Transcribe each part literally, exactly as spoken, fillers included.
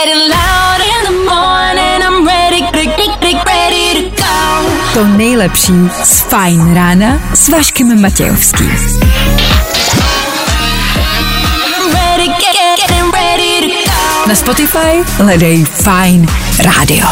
To nejlepší z Fajn rána s Vaškem Matějovským. Na Spotify hledej Fajn rádio.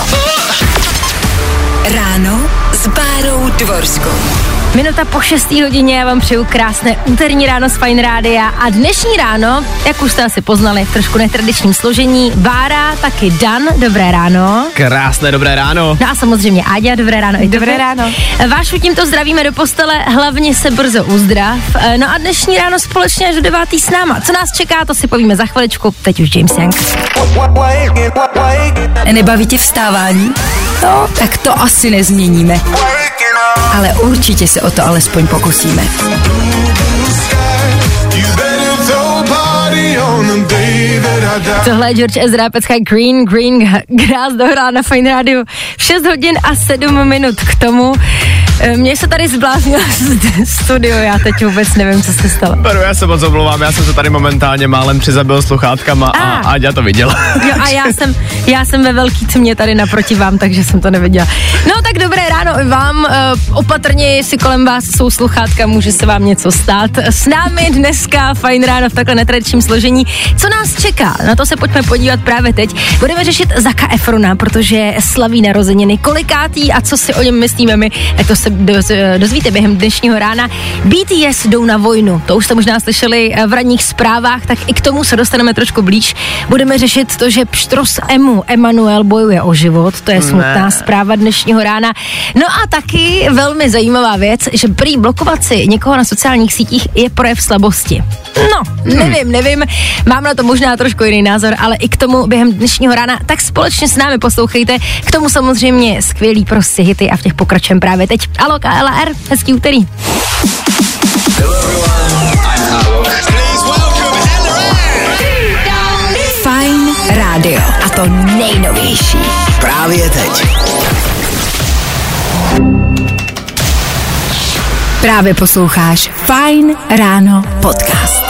Ráno s Bárou Dvorskou. Minuta po šestý hodině, já vám přeju krásné úterní ráno z Fajn rádia a dnešní ráno, jak už jste asi poznali, v trošku netradičním složení, Bára, taky Dan, dobré ráno. Krásné dobré ráno. No a samozřejmě Áďa, dobré ráno. I dobré ráno. Vášu tímto zdravíme do postele, hlavně se brzo uzdrav. No a dnešní ráno společně až do devátý s náma. Co nás čeká, to si povíme za chviličku, teď už James Young. Nebaví tě vstávání? No, tak to asi nezměníme. Ale určitě se o to alespoň pokusíme. Tohle je George Ezra, pecka Green, Green, Grass dohrá na Fajn rádiu. šest hodin a sedm minut k tomu. Mně se tady zbláznilo studio, já teď vůbec nevím, co se stalo. Baru, já se moc omlouvám, já jsem se tady momentálně málem přizabil sluchátkama a Áďa to viděla. Jo a já jsem, já jsem ve velký tmě tady naproti vám, takže jsem to neviděla. No tak dobré ráno i vám, opatrně, jestli kolem vás jsou sluchátka, může se vám něco stát. S námi dneska Fajn ráno v takhle netradičním složení. Co nás čeká? Na to se pojďme podívat právě teď. Budeme řešit Zacka Efrona, protože slaví narozeniny. Kolikátý a co si o něm myslíme my, tak to se dozvíte během dnešního rána. B T S jdou na vojnu, to už jste možná slyšeli v ranních zprávách, tak i k tomu se dostaneme trošku blíž. Budeme řešit to, že pštros Emu Emanuel bojuje o život, to je smutná ne. zpráva dnešního rána. No a taky velmi zajímavá věc, že prý blokovat si někoho na sociálních sítích je projev slabosti. No, nevím, nevím, mám na to možná trošku jiný názor, ale i k tomu během dnešního rána, tak společně s námi poslouchejte, k tomu samozřejmě skvělý prostě hity a v těch pokračujeme právě teď. Alo, K L R, hezký úterý. Fajn rádio a to nejnovější. Právě teď. Právě posloucháš Fajn ráno podcast.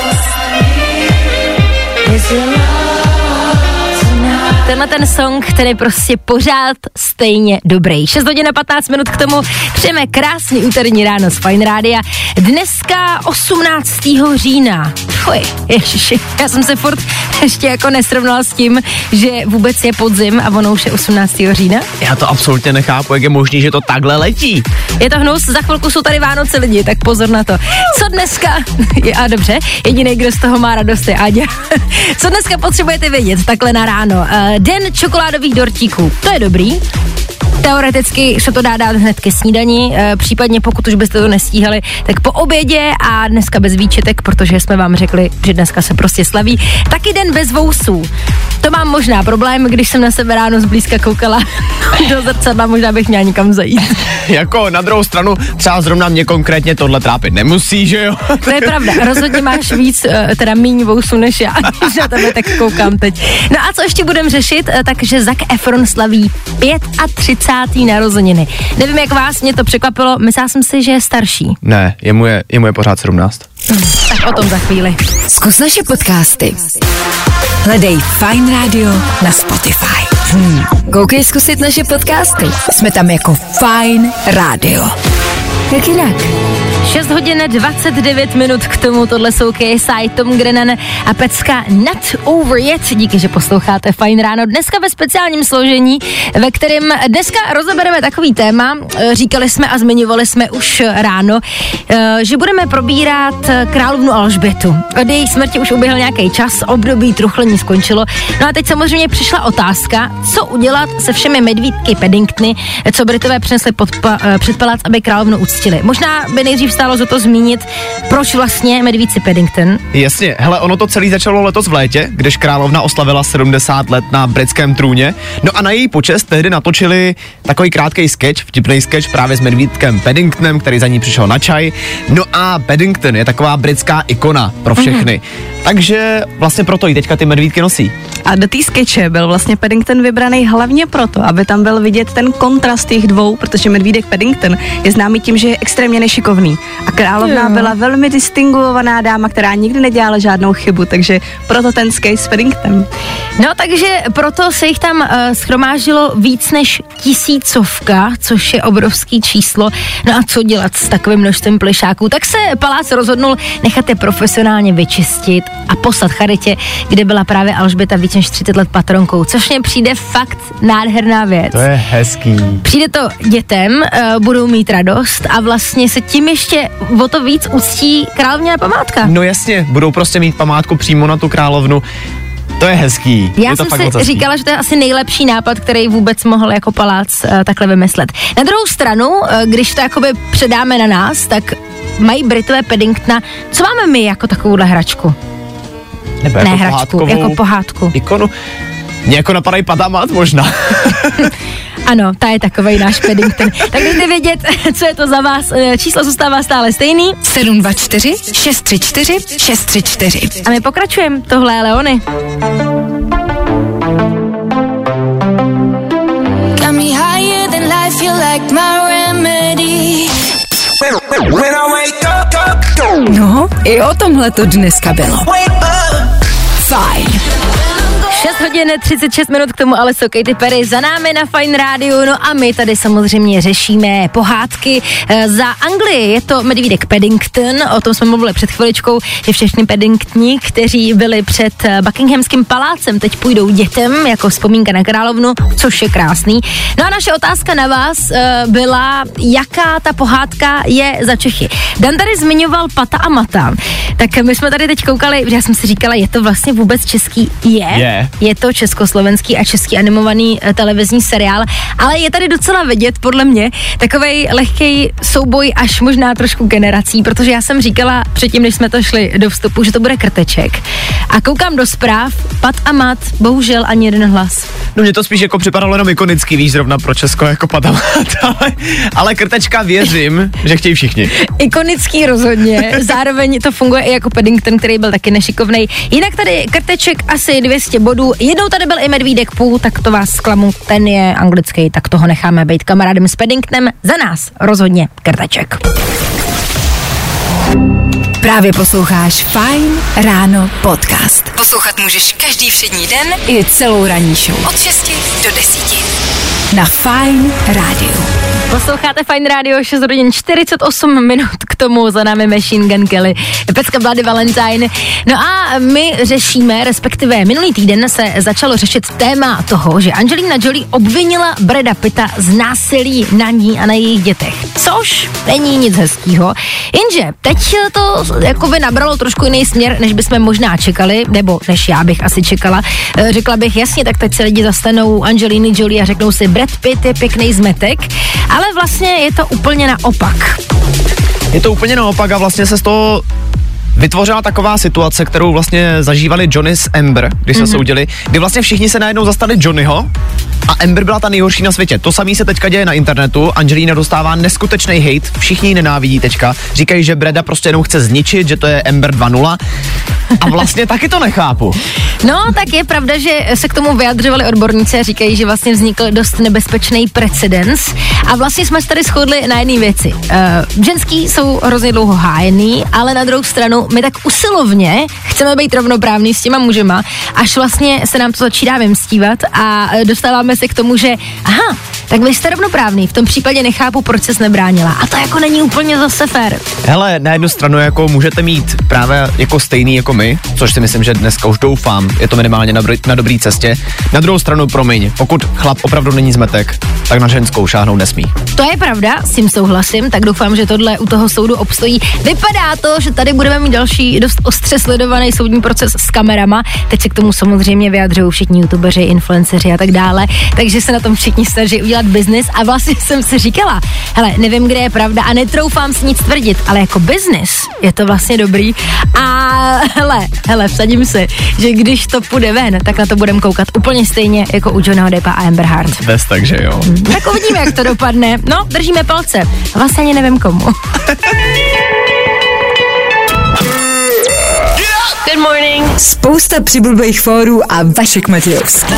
Tenhle ten song, který je prostě pořád stejně dobrý. šest hodin a patnáct minut k tomu přejeme krásný úterní ráno z Fajn rádia. Dneska osmnáctého října. Fuj, ježiši, já jsem se furt ještě jako nesrovnala s tím, že vůbec je podzim a ono už je osmnáctého října. Já to absolutně nechápu, jak je možný, že to takhle letí. Je to hnus, za chvilku jsou tady Vánoce lidi, tak pozor na to. Co dneska, a dobře, jediný, kdo z toho má radost je Áďa. Co dneska potřebujete vědět takhle na ráno? Den čokoládových dortíků, to je dobrý. Teoreticky se to dá dát hned ke snídani, e, případně pokud už byste to nestíhali, tak po obědě a dneska bez výčitek, protože jsme vám řekli, že dneska se prostě slaví. Taky den bez vousů. To mám možná problém, když jsem na sebe ráno zblízka koukala do zrcadla, možná bych měla nikam zajít. Jako na druhou stranu, třeba zrovna mě konkrétně tohle trápit nemusí, že jo? To je pravda, rozhodně máš víc, teda míň vousů než já, když na tebe tak koukám teď. No a co ještě budeme řešit, takže Zac Efron slaví třicátý pátý narozeniny. Nevím, jak vás, mě to překvapilo, myslela jsem si, že je starší. Ne, jemu je, jemu je pořád sedmnáct. Hmm, tak o tom za chvíli. Zkus naše podcasty. Hledej Fajn rádio na Spotify. Hmm. Koukej zkusit naše podcasty. Jsme tam jako Fajn rádio. Jak jinak? šest hodin dvacet devět minut k tomu, tohle jsou K S I, Tom Grennan a pecka Not Over Yet. Díky, že posloucháte Fajn ráno. Dneska ve speciálním složení, ve kterém dneska rozebereme takový téma, říkali jsme a zmiňovali jsme už ráno, že budeme probírat královnu Alžbětu. Od její smrti už uběhl nějaký čas, období truchlení skončilo. No a teď samozřejmě přišla otázka, co udělat se všemi medvídky Paddingtony, co Britové přinesli pod pa, před palác, aby královnu uctili. Možná by nejdřív stálo za to zmínit, proč vlastně medvídci Paddington. Jasně, hele, ono to celé začalo letos v létě, když královna oslavila sedmdesát let na britském trůně. No a na její počest tehdy natočili takový krátký sketch, vtipný sketch právě s medvídkem Paddingtonem, který za ní přišel na čaj. No a Paddington je taková britská ikona pro všechny. Mm-hmm. Takže vlastně proto ji teďka ty medvídky nosí. A do té skeče byl vlastně Paddington vybraný hlavně proto, aby tam byl vidět ten kontrast těch dvou, protože medvídek Paddington je známý tím, že je extrémně nešikovný. A královna jo. byla velmi distinguovaná dáma, která nikdy nedělala žádnou chybu, takže proto ten sketch s Paddingtonem. No takže proto se jich tam uh, schromáždilo víc než tisícovka, což je obrovský číslo. No a co dělat s takovým množstvím plišáků? Tak se palác rozhodnul nechat je profesionálně vyčistit a poslat charitě, kde byla právě Alžběta víc než třicet let patronkou, což mně přijde fakt nádherná věc. To je hezký. Přijde to dětem, uh, budou mít radost a vlastně se tím ještě o to víc uctí královně památka. No jasně, budou prostě mít památku přímo na tu královnu. To je hezký. Já je to jsem fakt si říkala, že to je asi nejlepší nápad, který vůbec mohl jako palác uh, takhle vymyslet. Na druhou stranu, uh, když to jakoby předáme na nás, tak mají Britové Paddingtona. Co máme my jako takovouhle hračku? Nebo ne jako hračku, pohádkovou jako pohádku. Ikonu. Mně jako napadají Padamat možná. Ano, ta je takovej náš Paddington. Tak dejte vědět, co je to za vás. Číslo zůstává stále stejný. sedm dva čtyři šest tři čtyři šest tři čtyři. A my pokračujeme. Tohle je Leony. No, i o tomhle to dneska bylo. Fajn. šest hodin třicet šest minut k tomu Alesso Katy Perry za námi na Fajn rádiu, no a my tady samozřejmě řešíme pohádky za Anglii. Je to medvídek Paddington, o tom jsme mluvili před chviličkou, že všechny Paddingtoni, kteří byli před Buckinghamským palácem, teď půjdou dětem jako vzpomínka na královnu, což je krásný. No a naše otázka na vás byla, jaká ta pohádka je za Čechy. Dan tady zmiňoval Pata a Mata, tak my jsme tady teď koukali, já jsem si říkala, je to vlastně vůbec český? Je. Je. Je to československý a český animovaný televizní seriál, ale je tady docela vidět, podle mě, takovej lehkej souboj až možná trošku generací, protože já jsem říkala předtím, než jsme to šli do vstupu, že to bude Krteček. A koukám do zpráv, Pat a Mat, bohužel ani jeden hlas. No mně to spíš jako připadalo jenom ikonický, víš, zrovna pro Česko jako Pat a Mat, ale, ale Krtečka věřím, že chtějí všichni. Ikonický rozhodně, zároveň to funguje i jako Paddington, který byl taky nešikovnej. Jinak tady Krteček asi dvě stě bodů. Jednou tady byl i medvídek Půl, tak to vás zklamu, ten je anglický, tak toho necháme být kamarádem s Paddingtonem. Za nás rozhodně Krteček. Právě posloucháš Fajn ráno podcast. Poslouchat můžeš každý všední den i celou ranní show. Od šesti do desíti. Na Fajn rádiu. Posloucháte Fajn rádio, šest hodin čtyřicet osm minut, k tomu za námi Machine Gun Kelly, pecka Bloody Valentine. No a my řešíme, respektive minulý týden se začalo řešit téma toho, že Angelina Jolie obvinila Brada Pitta z násilí na ní a na jejich dětech. Což není nic hezkýho. Jenže teď to jakoby nabralo trošku jiný směr, než bychom možná čekali, nebo než já bych asi čekala. Řekla bych, jasně, tak teď se lidi zastanou Angeliny Jolie a řeknou si, Brad Pitt je pěkný zmetek, ale vlastně je to úplně naopak. Je to úplně naopak a vlastně se z toho vytvořila taková situace, kterou vlastně zažívali Johnny s Amber, když se mm-hmm. soudili, kdy vlastně všichni se najednou zastali Johnnyho a Amber byla ta nejhorší na světě. To samé se teďka děje na internetu, Angelina dostává neskutečný hate, všichni ji nenávidí teďka, říkají, že Brada prostě jenom chce zničit, že to je Amber dva nula a vlastně taky to nechápu. No, tak je pravda, že se k tomu vyjadřovali odborníci a říkají, že vlastně vznikl dost nebezpečný precedens a vlastně jsme se tady shodli na jedné věci. Uh, ženský jsou hrozně dlouho hájený, ale na druhou stranu my tak usilovně chceme být rovnoprávní s těma mužema, až vlastně se nám to začíná vymstívat a dostáváme se k tomu, že aha, tak vy jste rovnoprávný, v tom případě nechápu, proč ses nebránila. A to jako není úplně zase fér. Hele, na jednu stranu jako můžete mít právě jako stejný jako my, což si myslím, že dneska už doufám, je to minimálně na, na dobrý cestě. Na druhou stranu, promiň, pokud chlap opravdu není zmetek, tak na ženskou šáhnout nesmí. To je pravda, s tím souhlasím, tak doufám, že tohle u toho soudu obstojí. Vypadá to, že tady budeme mít další dost ostře sledovaný soudní proces s kamerama. Teď se k tomu samozřejmě vyjadřují všichni youtubeři, influenceři a tak dále, takže se na tom všichni snaží udělat biznis a vlastně jsem si říkala, hele, nevím, kde je pravda a netroufám si nic tvrdit, ale jako biznis je to vlastně dobrý a hele, hele, vsadím si, že když to půjde ven, tak na to budeme koukat úplně stejně jako u Johnnyho Deppa a Amber Heard. Bez, takže jo. Hmm, tak uvidíme, jak to dopadne. No, držíme palce. Vlastně ani nevím komu. Good morning. Spousta přibulbých fórů a Vašek Matějovský.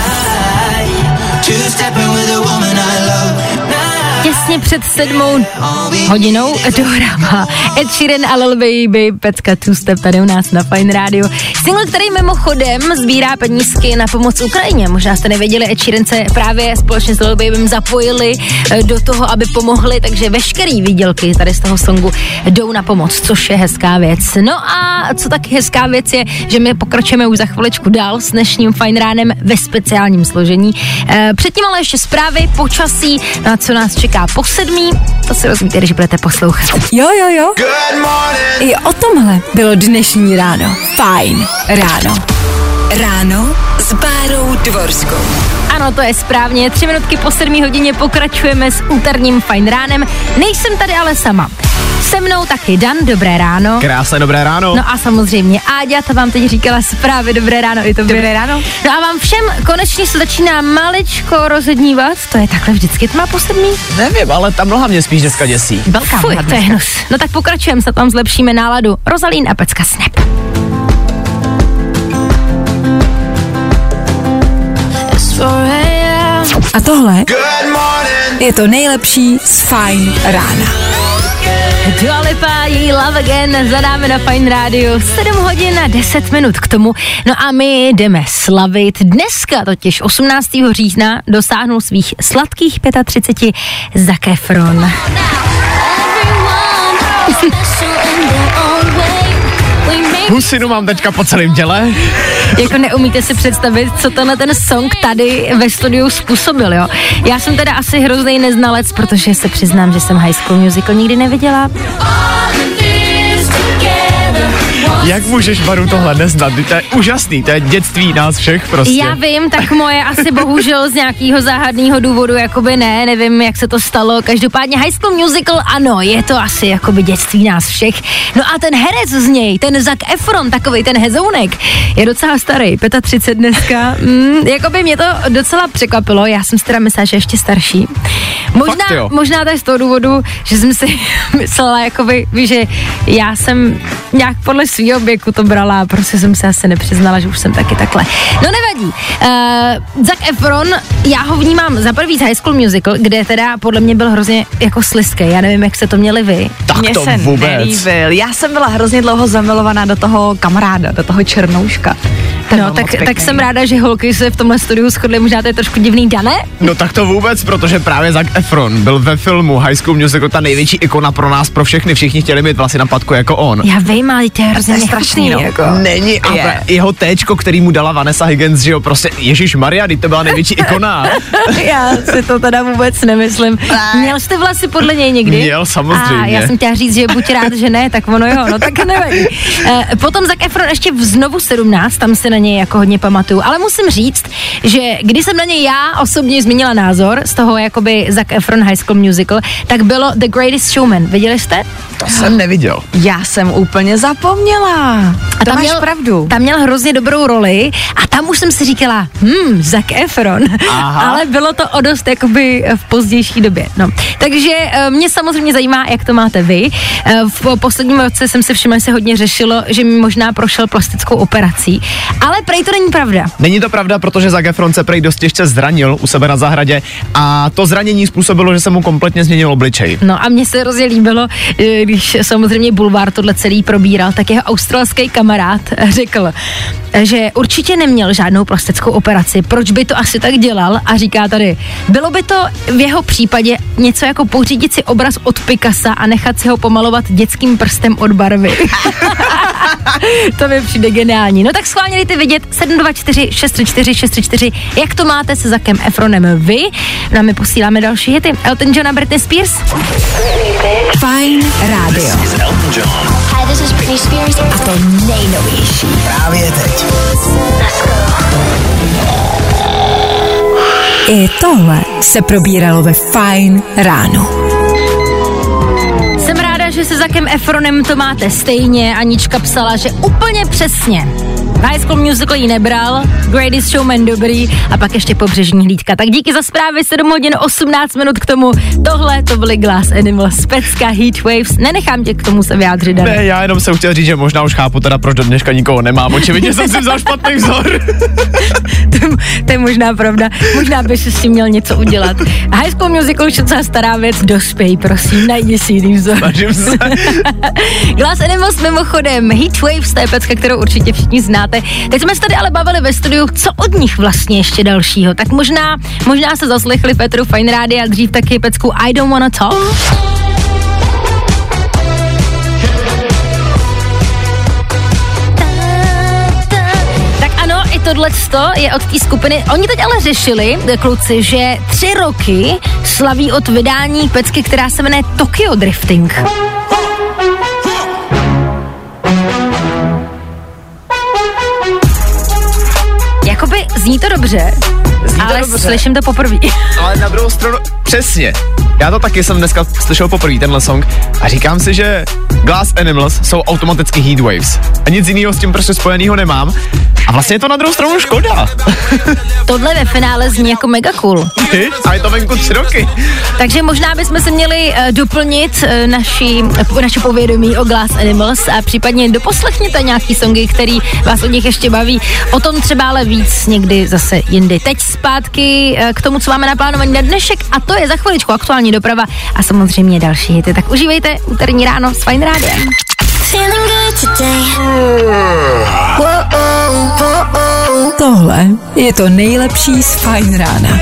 Těsně před sedmou hodinou dohrává Ed Sheeran a Lil Baby, pecka Two Step tady u nás na Fajn Radio. Single, který mimochodem sbírá penízky na pomoc Ukrajině. Možná jste nevěděli, Ed Sheeran se právě společně s Lil Babym zapojili do toho, aby pomohli, takže veškerý výdělky tady z toho songu jdou na pomoc, což je hezká věc. No a co taky hezká věc je, že my pokračujeme už za chviličku dál s dnešním Fajn ránem ve speciálním složení. Předtím ale ještě zprávy, počasí, na co nás čeká po sedmí, to si rozumíte, když budete poslouchat. Jo, jo, jo. I o tomhle bylo dnešní ráno. Fajn ráno. Ráno s Bárou Dvorskou. Ano, to je správně. Tři minutky po sedmí hodině pokračujeme s úterním Fajn ránem. Nejsem tady ale sama. Se mnou taky Dan, dobré ráno. Krásné dobré ráno. No a samozřejmě Áďa, ta vám teď říkala zprávy, dobré ráno i tobě. Dobré ráno. No a vám všem konečně se začíná maličko rozednívat, to je takhle vždycky tma po sedmí? Nevím, ale ta mlha mě spíš dneska děsí. Velká Fuj, to je hnus. No tak pokračujeme, snad vám zlepšíme náladu. Rozalín a pecka Snap. A tohle je to nejlepší z Fajn rána. Dua Lipa, její Love Again, zadáme na Fajn rádiu sedm hodin a deset minut k tomu. No a my jdeme slavit. Dneska totiž osmnáctého října dosáhnul svých sladkých třicet pět Zac Efron. Husinu mám teďka po celém těle. Jako neumíte si představit, co tenhle ten song tady ve studiu způsobil, jo. Já jsem teda asi hrozný neznalec, protože se přiznám, že jsem High School Musical nikdy neviděla. Jak můžeš, Baru, tohle neznat? To je úžasný, to je dětství nás všech prostě. Já vím, tak moje asi bohužel z nějakého záhadného důvodu, jakoby ne, nevím, jak se to stalo. Každopádně High School Musical, ano, je to asi jakoby dětství nás všech. No a ten herec z něj, ten Zac Efron, takovej ten hezounek, je docela starý, třicet pět dneska. Mm, jakoby mě to docela překvapilo, já jsem si teda myslela, že ještě starší. Možná, Fakt, možná to je z toho důvodu, že jsem si myslela, jakoby, víš, že já jsem nějak podle svýho věku to brala a prostě jsem se asi nepřiznala, že už jsem taky takhle. No nevadí. Uh, Zac Efron, já ho vnímám za prvý z High School Musical, kde teda podle mě byl hrozně jako slizký. Já nevím, jak se to měli vy. Tak Mně to se vůbec. nelíbil. Já jsem byla hrozně dlouho zamilovaná do toho kamaráda, do toho černouška. Ten No, tak, tak jsem ráda, že holky se v tomhle studiu shodly, možná to je trošku divný, Dané? No tak to vůbec, protože právě Zac Efron byl ve filmu High School Musical ta největší ikona pro nás, pro všechny. Všichni chtěli mít vlasy na patku jako on. Já vím, ale to je hrozně strašný, no. jako. Není, a Je. jeho téčko, který mu dala Vanessa Hudgens, že jo, prostě Ježíš Maria, to byla největší ikona. Já si to teda vůbec nemyslím. Měl jste vlasy podle něj někdy? Měl, samozřejmě. A já jsem chtěla říct, že buď rád, že ne, tak ono jo, no tak nevadí. E, potom Zac Efron ještě v Znovu sedmnáct, tam se na něj jako hodně pamatuju, ale musím říct, že když jsem na něj já osobně změnila názor z toho jakoby Zac Efron High School Musical, tak bylo The Greatest Showman. Viděli jste? To jsem neviděl. Já jsem úplně zapomněla. A to tam máš měl, pravdu. Tam měl hrozně dobrou roli a tam už jsem si říkala, hm, Zac Efron. Aha. Ale bylo to o dost jakoby v pozdější době. No. Takže uh, mě samozřejmě zajímá, jak to máte vy. Uh, v posledním roce jsem si všimla, že se hodně řešilo, že mi možná prošel plastickou operací. Ale prej to není pravda. Není to pravda, protože Zac Efron se prej dost těžce zranil u sebe na zahradě a to zranění způsobilo, že se mu kompletně změnil obličej. No a mně se hrozně líbilo, když samozřejmě Bulvár tohle celý probíral, tak jeho australský kamarád řekl, že určitě neměl žádnou plastickou operaci, proč by to asi tak dělal a říká tady, bylo by to v jeho případě něco jako pořídit si obraz od Picassa a nechat si ho pomalovat dětským prstem od barvy. To mi přijde geniální. No tak schválně dejte vidět sedm dva čtyři šest tři čtyři šest tři čtyři, jak to máte se Zacem Efronem vy. No a my posíláme další hity. Elton John a Britney Spears. Fajn rádio. Hi, this is Britney Spears. A to nejnovější. Právě teď. I tohle se probíralo ve Fajn ráno. Jsem ráda, že se Zacem Efronem to máte stejně. Anička psala, že úplně přesně. High School Musical ji nebral, Greatest Showman dobrý a pak ještě Pobřežní hlídka. Tak díky za zprávy, sedm hodin osmnáct minut k tomu. Tohle to byly Glass Animals, pecka Heatwaves. Nenechám tě k tomu se vyjádřit, Dan. Ne, já jenom jsem chtěl říct, že možná už chápu teda, proč do dneška nikoho nemám. Očividně jsem si vzal špatný vzor. to, to je možná pravda. Možná by si s tím měl něco udělat. High School Musical už je docela stará věc, dospěj, prosím, najdi si jiný vzor. Glass Animals mimochodem, Heatwaves, to je pecka, kterou určitě všichni znáte. Teď jsme se tady ale bavili ve studiu, co od nich vlastně ještě dalšího. Tak možná, možná se zaslechli Petru Fajn Rádia, dřív taky pecku I Don't Wanna Talk. Tohleto je od té skupiny. Oni teď ale řešili, kluci, že tři roky slaví od vydání pecky, která se jmenuje Tokyo Drifting. Jakoby zní to dobře, zní to ale dobře. Slyším to poprvé. Ale na druhou stranu, přesně. Já to taky jsem dneska slyšel poprvé, tenhle song, a říkám si, že Glass Animals jsou automaticky Heatwaves. A nic jiného s tím prostě spojenýho nemám. A vlastně je to na druhou stranu škoda. Tohle ve finále zní jako mega cool. A je to venku tři roky. Takže možná bychom se měli uh, doplnit uh, naši, uh, naše povědomí o Glass Animals a případně doposlechněte nějaký songy, který vás od nich ještě baví. O tom třeba ale víc někdy zase jindy. Teď zpátky uh, k tomu, co máme naplánovaný na dnešek, a to je za chviličku aktuální doprava a samozřejmě další hity. Tak užívejte úterní ráno s Fajn Rádiem. Tohle je to nejlepší z Fajn rána.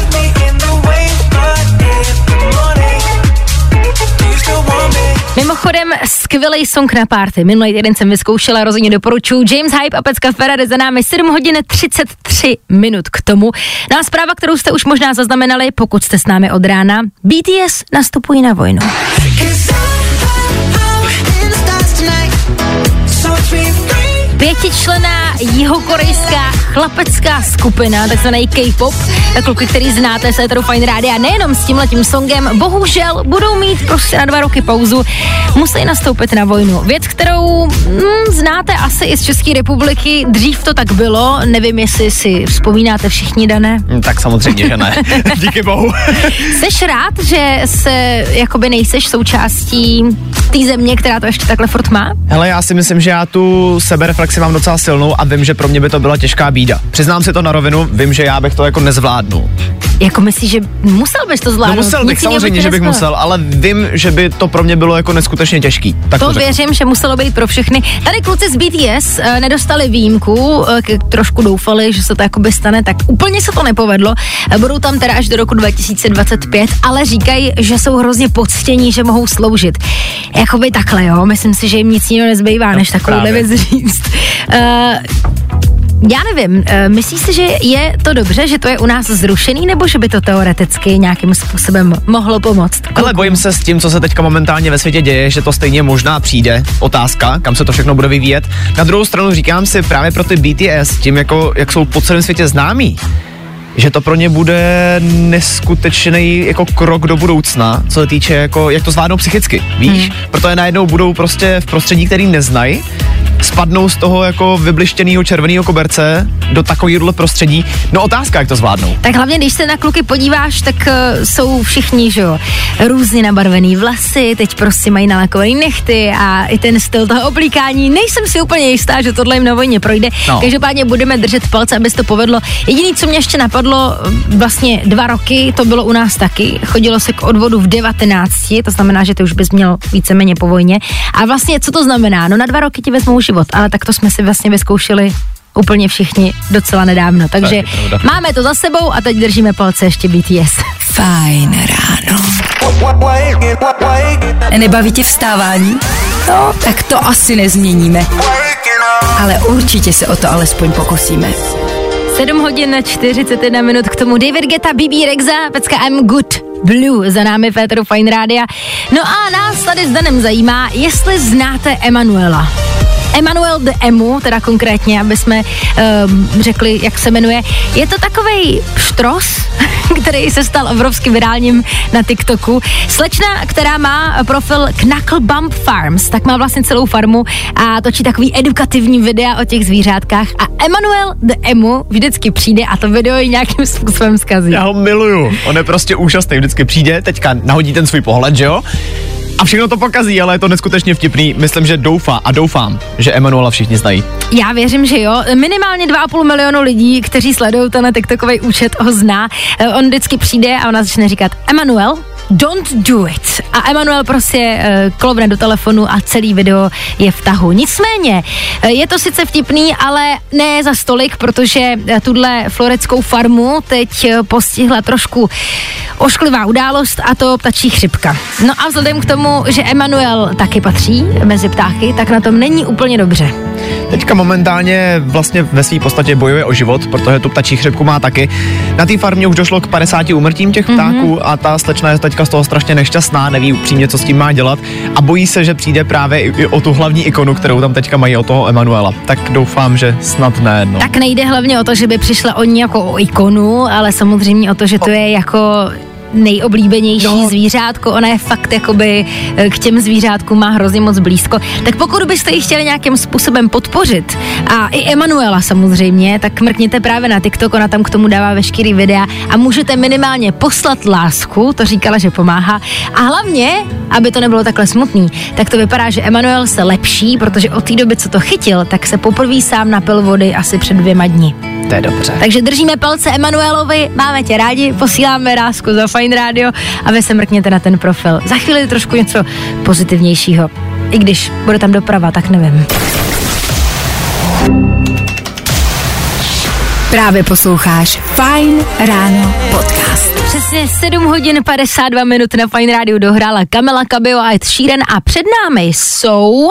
Mimochodem, skvělý song na party. Minulý týden jsem vyzkoušela, rozhodně doporučuji. James Hype a pecka Ferrari za námi, sedm hodin třicet tři minut k tomu. No a zpráva, kterou jste už možná zaznamenali, pokud jste s námi od rána. B T S nastupují na vojnu. Pětičlenná jihokorejská chlapecká skupina, takzvaný K-pop, kluky, který znáte z éteru Fajn Rádia, nejenom s tímhletím songem, bohužel budou mít prostě na dva roky pauzu, musí nastoupit na vojnu. Věc, kterou hm, znáte asi i z České republiky, dřív to tak bylo, nevím, jestli si vzpomínáte všichni, Dané. Tak samozřejmě, že ne. Díky bohu. Jseš rád, že se jakoby nejseš součástí té země, která to ještě takhle furt má? Hele, já si myslím, že já tu sebereflexi mám docela silnou a vím, že pro mě by to byla těžká bída. Přiznám si to na rovinu, vím, že já bych to jako nezvládnul. Jako myslíš, že musel bys to zvládnout? No musel bych, samozřejmě, že bych musel, ale vím, že by to pro mě bylo jako neskutečně těžký. Tak to, to věřím, že muselo být pro všechny. Tady kluci z B T S uh, nedostali výjimku, uh, trošku doufali, že se to jakoby stane, tak úplně se to nepovedlo. Uh, budou tam teda až do roku dva tisíce dvacet pět, ale říkají, že jsou hrozně poctění, že mohou sloužit. Jakoby takhle, jo, myslím si, že jim nic jiného nezbývá, no, než takovouhle věc říct. Uh, Já nevím, myslíš si, že je to dobře, že to je u nás zrušený, nebo že by to teoreticky nějakým způsobem mohlo pomoct? Ale bojím se s tím, co se teďka momentálně ve světě děje, že to stejně možná přijde. Otázka, kam se to všechno bude vyvíjet. Na druhou stranu říkám si právě pro ty B T S, tím jako, jak jsou po celém světě známí, že to pro ně bude neskutečný jako krok do budoucna, co se týče jako, jak to zvládnou psychicky, víš? Hmm. Proto je najednou budou prostě v prostředí, který neznají, spadnou z toho jako vyblištěného červeného koberce do takovýhle prostředí. No otázka, jak to zvládnou. Tak hlavně, když se na kluky podíváš, tak uh, jsou všichni, že jo, různě nabarvený vlasy, teď prostě mají nalakovaný nechty a i ten styl toho oblíkání. Nejsem si úplně jistá, že tohle jim na vojně projde. No. Každopádně budeme držet palce, aby se to povedlo. Jediný, co mě ještě napadlo, vlastně dva roky, to bylo u nás taky. Chodilo se k odvodu v devatenácti, to znamená, že ty už bys měl víceméně po vojně. A vlastně, co to znamená? No na dva roky ti vezmou život, ale tak to jsme si vlastně vyzkoušeli úplně všichni docela nedávno. Takže tak, máme to za sebou a teď držíme palce ještě B T S. Fajn ráno. Nebaví tě vstávání? No, tak to asi nezměníme. Ale určitě se o to alespoň pokusíme. sedm hodin čtyřicet jedna minut k tomu David Guetta, B B Rexha, pecka I'm Good Blue za námi v éteru Fajn Rádia. No a nás tady s Danem zajímá, jestli znáte Emanuela. Emmanuel the Emu, teda konkrétně, aby jsme um, řekli, jak se jmenuje. Je to takovej štros, který se stal obrovsky virálním na TikToku. Slečna, která má profil Knuckle Bump Farms, tak má vlastně celou farmu a točí takový edukativní videa o těch zvířátkách a Emmanuel the Emu vždycky přijde a to video ji nějakým způsobem zkazí. Já ho miluju, on je prostě úžasný, vždycky přijde, teďka nahodí ten svůj pohled, že jo? A všechno to pokazí, ale je to neskutečně vtipný. Myslím, že doufá a doufám, že Emmanuela všichni znají. Já věřím, že jo. Minimálně dva a půl milionu lidí, kteří sledují ten TikTokový účet, ho zná. On vždycky přijde a ona začne říkat Emmanuel, don't do it. A Emmanuel prostě uh, klovne do telefonu a celý video je v tahu. Nicméně, uh, je to sice vtipný, ale ne za stolik, protože uh, tuhle floridskou farmu teď uh, postihla trošku ošklivá událost a to ptačí chřipka. No a vzhledem k tomu, že Emmanuel taky patří mezi ptáky, tak na tom není úplně dobře. Teďka momentálně vlastně ve své podstatě bojuje o život, protože tu ptačí chřipku má taky. Na té farmě už došlo k padesáti úmrtím těch ptáků mm-hmm. a ta slečna je teďka z toho strašně nešťastná, neví upřímně, co s tím má dělat a bojí se, že přijde právě i o tu hlavní ikonu, kterou tam teďka mají, o toho Emmanuela. Tak doufám, že snad ne. No. Tak nejde hlavně o to, že by přišla oni jako o ikonu, ale samozřejmě o to, že to je jako nejoblíbenější no. zvířátko, ona je fakt jakoby k těm zvířátkům má hrozně moc blízko. Tak pokud byste ji chtěli nějakým způsobem podpořit a i Emmanuela samozřejmě, tak mrkněte právě na TikTok, ona tam k tomu dává veškerý videa a můžete minimálně poslat lásku, to říkala, že pomáhá. A hlavně, aby to nebylo takhle smutný, tak to vypadá, že Emmanuel se lepší, protože od té doby, co to chytil, tak se poprvé sám napil vody asi před dvěma dny. To je dobře. Takže držíme palce Emmanuelovi, máme tě rádi, posíláme rásku za Fajn rádio a vy se mrkněte na ten profil. Za chvíli trošku něco pozitivnějšího. I když bude tam doprava, tak nevím. Právě posloucháš Fajn ráno podcast. Přesně sedm hodin padesát dva minut na Fajn rádiu dohrála Kamila Cabello a Ed Sheeran a před námi jsou...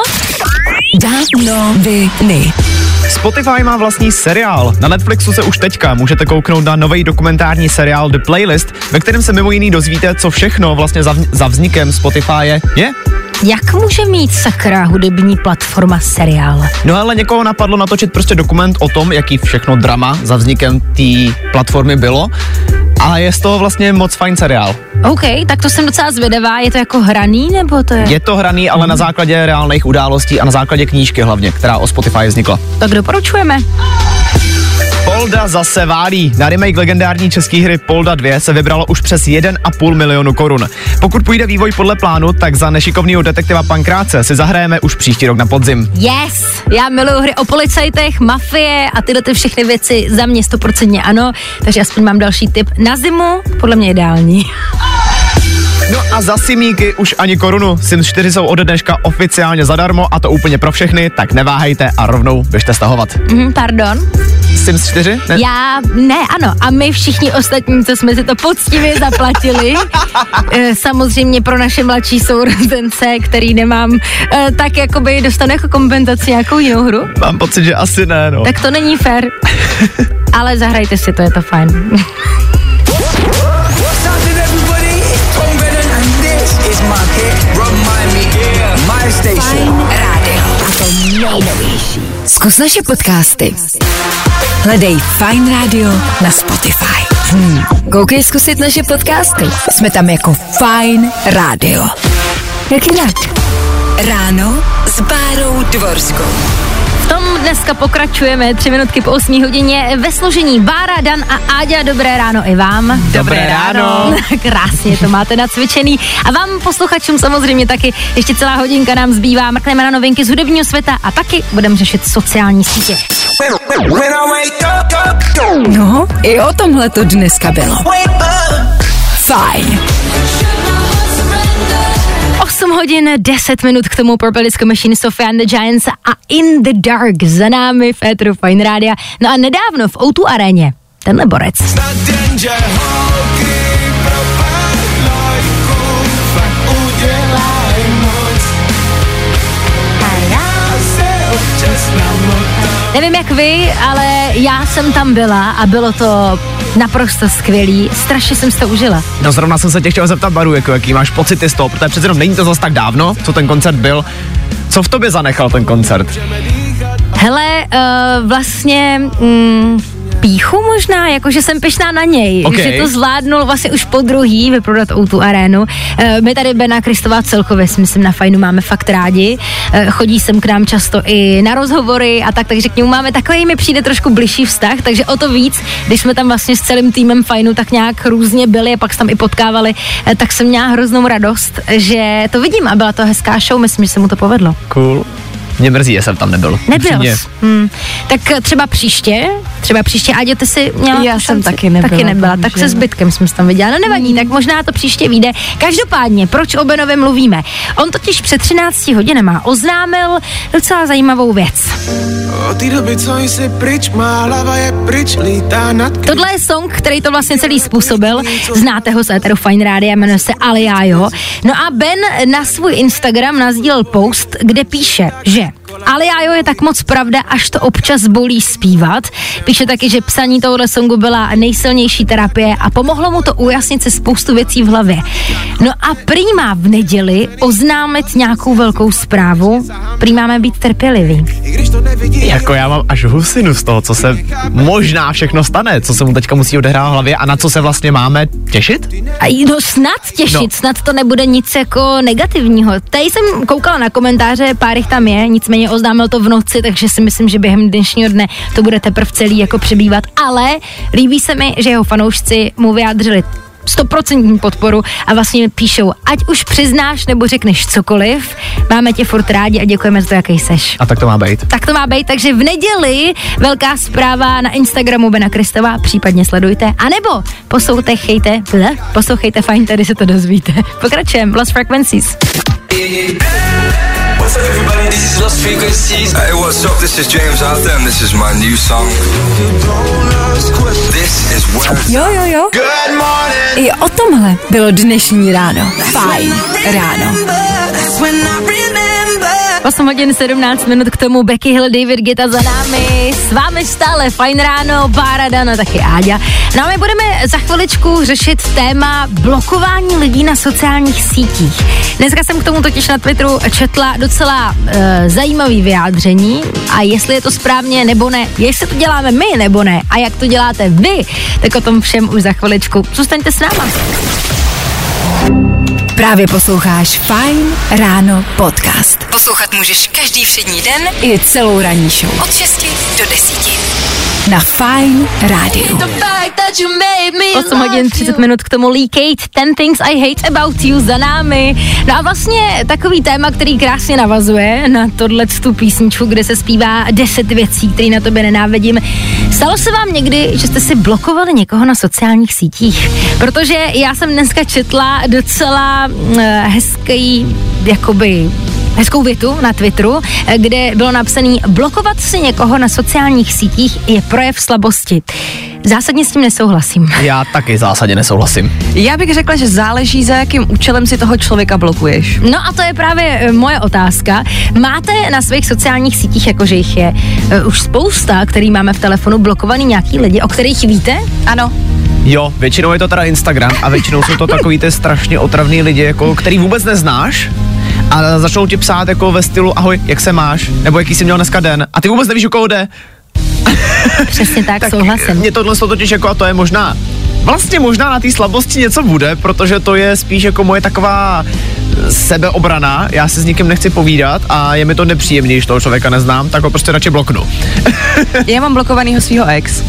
Danoviny. Spotify má vlastní seriál. Na Netflixu se už teďka můžete kouknout na nový dokumentární seriál The Playlist, ve kterém se mimo jiný dozvíte, co všechno vlastně za, za vznikem Spotify je. je? Jak může mít sakra hudební platforma seriál? No ale někoho napadlo natočit prostě dokument o tom, jaký všechno drama za vznikem té platformy bylo. A je z toho vlastně moc fajn seriál. OK, tak to jsem docela zvědavá. Je to jako hraný, nebo to je? Je to hraný, ale na základě reálných událostí a na základě knížky hlavně, která o Spotify vznikla. Tak doporučujeme. Polda zase válí. Na remake legendární české hry Polda dva se vybralo už přes jeden a půl milionu korun. Pokud půjde vývoj podle plánu, tak za nešikovného detektiva Pankráce si zahrajeme už příští rok na podzim. Yes! Já miluji hry o policajtech, mafie a tyhle ty všechny věci za mě stoprocentně ano, takže aspoň mám další tip na zimu, podle mě ideální. No a za simíky už ani korunu. Sims čtyři jsou ode dneška oficiálně zadarmo a to úplně pro všechny, tak neváhejte a rovnou běžte stahovat. Mm, pardon? Sims čtyři? Ne? Já, ne, ano. A my všichni ostatní, co jsme si to poctivě zaplatili, samozřejmě pro naše mladší sourozence, který nemám, tak jakoby dostanu jako kompenzaci nějakou jinou hru. Mám pocit, že asi ne, no. Tak to není fér. Ale zahrajte si to, je to fajn. Fajn rádio. A to nejnovější. Zkus naše podcasty. Hledej Fajn rádio na Spotify. Hmm. Koukej zkusit naše podcasty. Jsme tam jako Fajn rádio. Jak jinak? Ráno s Bárou Dvorskou. V tom dneska pokračujeme tři minutky po osmé hodině ve složení Bára, Dan a Áďa. Dobré ráno i vám. Dobré, Dobré ráno. Krásně to máte nacvičený. A vám posluchačům samozřejmě taky. Ještě celá hodinka nám zbývá. Mrkneme na novinky z hudebního světa a taky budeme řešit sociální sítě. No, i o tomhle to dneska bylo. Fajn. osm hodin, deset minut k tomu Purple Disco Machine, Sophie and the Giants a In the Dark za námi v éteru Fajn rádia. No a nedávno v ó dva aréně tenhle borec. Nevím jak vy, ale já jsem tam byla a bylo to naprosto skvělý, strašně jsem si to užila. No zrovna jsem se tě chtěl zeptat, Baru, jako jaký máš pocity z toho, protože přece jenom není to zas tak dávno, co ten koncert byl. Co v tobě zanechal ten koncert? Hele, uh, vlastně... Mm, píchu možná, jakože jsem pyšná na něj, okay. že to zvládnul vlastně už po druhý vyprodat O dva arénu. E, my tady Bena Kristová celkově si myslím na Fajnu máme fakt rádi, e, chodí sem k nám často i na rozhovory a tak, takže k němu máme takový, mi přijde trošku bližší vztah, takže o to víc, když jsme tam vlastně s celým týmem Fajnu tak nějak různě byli a pak se tam i potkávali, e, tak jsem měla hroznou radost, že to vidím a byla to hezká show, myslím, že se mu to povedlo. Cool. Mě mrzí, že jsem tam nebyl. Nebyl jsi. Hmm. Tak třeba příště, třeba příště, Áďo, ty jsi měla Já šanci. jsem taky nebyla. Taky nebyla, tam, tak že... se zbytkem jsme se tam viděla. No nevadí, hmm. tak možná to příště vyjde. Každopádně, proč o Benovi mluvíme? On totiž před třinácti hodinama oznámil docela zajímavou věc. Tohle je song, který to vlastně celý způsobil. Znáte ho z éteru Fajn Rádia, jmenuje se Aliajo. No a Ben na svůj Instagram nasdílel post, kde píše, že Aliajo je tak moc pravda, až to občas bolí zpívat. Píše taky, že psaní tohohle songu byla nejsilnější terapie a pomohlo mu to ujasnit si spoustu věcí v hlavě. No a prý má v neděli oznámit nějakou velkou zprávu. Prý máme být trpěliví. Jako já mám až husinu z toho, co se možná všechno stane, co se mu teďka musí odehrát v hlavě a na co se vlastně máme těšit? A no snad těšit, no. Snad to nebude nic jako negativního. Tady jsem koukala na komentáře, pár jich tam je, nicméně oznámil to v noci, takže si myslím, že během dnešního dne to bude teprve celý jako přibývat, ale líbí se mi, že jeho fanoušci mu vyjádřili stoprocentní podporu a vlastně píšou, ať už přiznáš nebo řekneš cokoliv, máme tě furt rádi a děkujeme za to, jaký seš. A tak to má být. Tak to má být, takže v neděli velká zpráva na Instagramu Bena Kristova, případně sledujte, anebo poslouchejte, poslouchejte Fajn, tady se to dozvíte. Pokračujeme, Lost Frequencies. What's up, everybody? This is Lost Frequencies. Hey, what's up? This is James Arthur and this is my new song. This is what... Jo, jo, jo. Good morning. I o tomhle bylo dnešní ráno. Fajn ráno. osm hodin sedmnáct minut k tomu, Becky Hill, David Guetta za námi, s vámi stále Fajn ráno, Bára, Dana, taky Áďa. No a my budeme za chviličku řešit téma blokování lidí na sociálních sítích. Dneska jsem k tomu totiž na Twitteru četla docela e, zajímavý vyjádření a jestli je to správně nebo ne, jestli to děláme my nebo ne a jak to děláte vy, tak o tom všem už za chviličku. Zůstaňte s náma. Právě posloucháš Fajn ráno podcast. Poslouchat můžeš každý všední den i celou ranní show. Od šesti do desíti. Na Fajn rádiu. osm hodin třicet minut k tomu Lee Kate, ten Things I Hate About You za námi. No a vlastně takový téma, který krásně navazuje na tohletu písničku, kde se zpívá deset věcí, které na tobě nenávidím. Stalo se vám někdy, že jste si blokovali někoho na sociálních sítích? Protože já jsem dneska četla docela uh, hezký, jakoby... hezkou větu na Twitteru, kde bylo napsané: blokovat si někoho na sociálních sítích je projev slabosti. Zásadně s tím nesouhlasím. Já taky zásadně nesouhlasím. Já bych řekla, že záleží, za jakým účelem si toho člověka blokuješ. No a to je právě moje otázka. Máte na svých sociálních sítích, jakože jich je uh, už spousta, který máme v telefonu, blokovaný nějaký lidi, o kterých víte? Ano. Jo, většinou je to teda Instagram a většinou jsou to takový ty strašně otravný lidi, jako, který vůbec neznáš, a začnou ti psát jako ve stylu: ahoj, jak se máš? Nebo jaký jsi měl dneska den? A ty vůbec nevíš, o koho jde. Přesně tak, tak souhlasím. Mě tohle totiž jako, a to je možná, vlastně možná na té slabosti něco bude, protože to je spíš jako moje taková sebeobrana, já se s nikým nechci povídat a je mi to nepříjemný, když toho člověka neznám, tak ho prostě radši bloknu. Já mám blokovanýho svýho ex.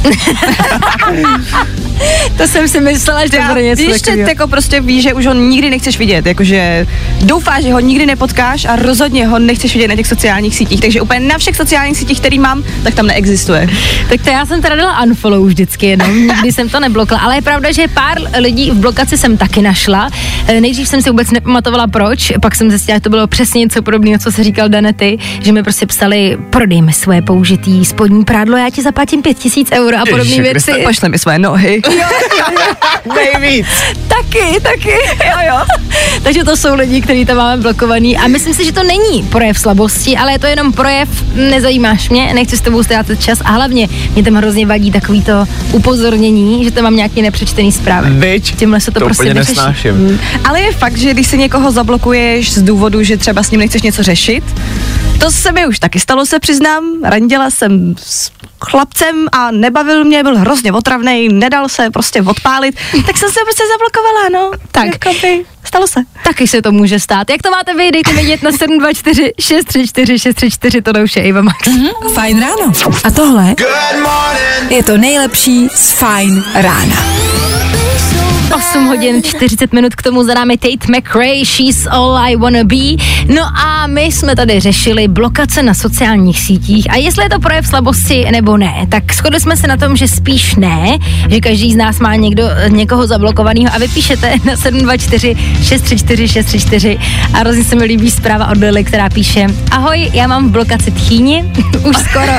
To jsem si myslela, že to bude něco víš, takového. Jako prostě víš, že už ho nikdy nechceš vidět, jakože doufáš, že ho nikdy nepotkáš a rozhodně ho nechceš vidět na těch sociálních sítích, takže úplně na všech sociálních sítích, který mám, tak tam neexistuje. Tak to já jsem teda dala unfollow vždycky jenom, nikdy jsem to neblokla, ale je pravda, že pár lidí v blokaci jsem taky našla. Nejdřív jsem si vůbec nepamatovala proč, pak jsem zjistila, že to bylo přesně něco podobného, co se říkal Danety, že mi prostě psali: prodej mi svoje použitý spodní prádlo, já ti zaplatím pět tisíc euro a podobné věci. Pošle mi své nohy. Jo, Nejvíc. Taky, taky. Jo, jo. Takže to jsou lidi, kteří tam máme blokovaný a myslím si, že to není projev slabosti, ale je to jenom projev nezajímáš mě, nechci s tebou ztrácet čas a hlavně mě tam hrozně vadí takový to upozornění, že tam mám nějaký nepřečtený zprávy. Byť, tímhle se to, to prostě úplně neřeší. nesnáším. Hmm. Ale je fakt, že když si někoho zablokuješ z důvodu, že třeba s ním nechceš něco řešit, to se mi už taky stalo, se přiznám. Randila jsem s chlapcem a nebavil mě, byl hrozně otravnej, nedal se prostě odpálit, tak jsem se prostě zablokovala, no. Tak. Jakoby, stalo se. Taky se to může stát. Jak to máte vy? Dejte vědět na sedm dva čtyři šest tři čtyři šest tři čtyři, to už je Eva Max. Mm-hmm. Fajn ráno. A tohle je to nejlepší z Fajn rána. osm hodin čtyřicet minut, k tomu za námi Tate McRae, She's All I Wanna Be. No a my jsme tady řešili blokace na sociálních sítích a jestli je to projev slabosti nebo ne, tak shodli jsme se na tom, že spíš ne, že každý z nás má někdo, někoho zablokovaného a vy píšete na sedm dva čtyři šest tři čtyři šest tři čtyři a hrozně se mi líbí zpráva od Lily, která píše: ahoj, já mám v blokaci tchýni, už skoro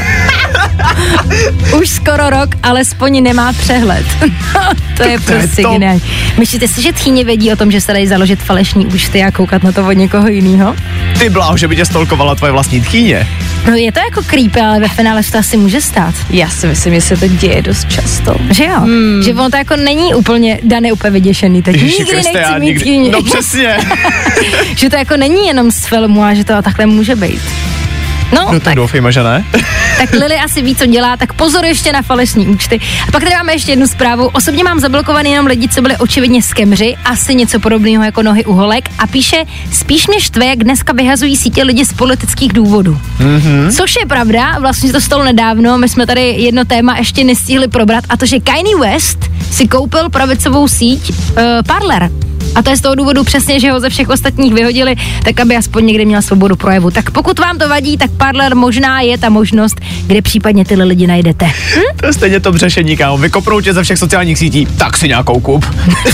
už skoro rok, alespoň nemá přehled. To je prostě to. geniální. Myslíte si, že tchýně vědí o tom, že se dají založit falešní účty a koukat na to od někoho jiného? Ty bláho, že by tě stolkovala tvoje vlastní tchýně. No je to jako creepy, ale ve finále se to asi může stát. Já si myslím, že se to děje dost často. Že jo? Hmm. Že ono to jako není úplně dané, úplně vyděšený. Tak Ježiši nikdy Kriste, nechci já mít nikdy- tchýni. No přesně. Že to jako není jenom z filmu a že to takhle může být. No, No tak tak, doufejme, že ne. tak Lily asi ví, co dělá, tak pozor ještě na falešní účty. A pak tady máme ještě jednu zprávu. Osobně mám zablokovaný jenom lidi, co byli očividně skemři, asi něco podobného jako nohy u holek a píše: spíš mě štve, jak dneska vyhazují sítě lidi z politických důvodů. Mm-hmm. Což je pravda, vlastně to stalo nedávno, my jsme tady jedno téma ještě nestihli probrat a to, že Kanye West si koupil pravicovou síť uh, Parler. A to je z toho důvodu přesně, že ho ze všech ostatních vyhodili, tak aby aspoň někde měl svobodu projevu. Tak pokud vám to vadí, tak Parler možná je ta možnost, kde případně tyhle lidi najdete. Hm? To je stejně to řešení, kámo. Vykopnou tě ze všech sociálních sítí, tak si nějakou kup.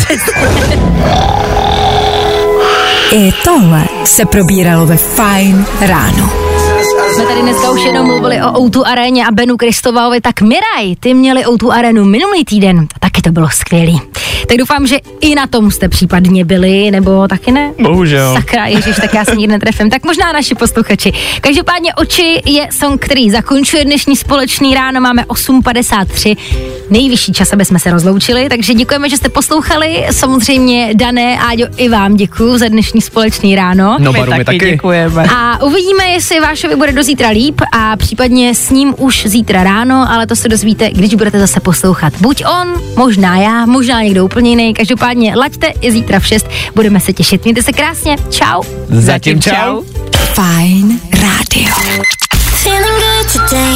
I tohle se probíralo ve Fajn ráno. Jsme tady dneska už jenom mluvili o ó dva aréně a Benu Kristoválovi, tak Miraj, ty měli ó dva arénu minulý týden a taky to bylo skvělý. Tak doufám, že i na tom jste případně byli, nebo taky ne? Bohužel. Sakra, ježiš, tak já se nikdy netrefím. Tak možná naši posluchači. Každopádně Oči je song, který zakončuje dnešní společný ráno, máme osm padesát tři. Nejvyšší čas, aby jsme se rozloučili, takže děkujeme, že jste poslouchali. Samozřejmě Dané, Áďo, i vám děkuju za dnešní společný ráno. No, Baru, my taky. děkujeme. A uvidíme, jestli Vášovi bude do zítra líp a případně s ním už zítra ráno, ale to se dozvíte, když budete zase poslouchat. Buď on, možná já, možná někdo úplně jiný. Každopádně laďte i zítra v šest, budeme se těšit. Mějte se krásně, čau. Zatím čau. Fajn rádio. Feeling good today.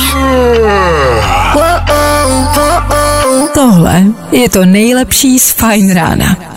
Tohle je to nejlepší z Fajn rána.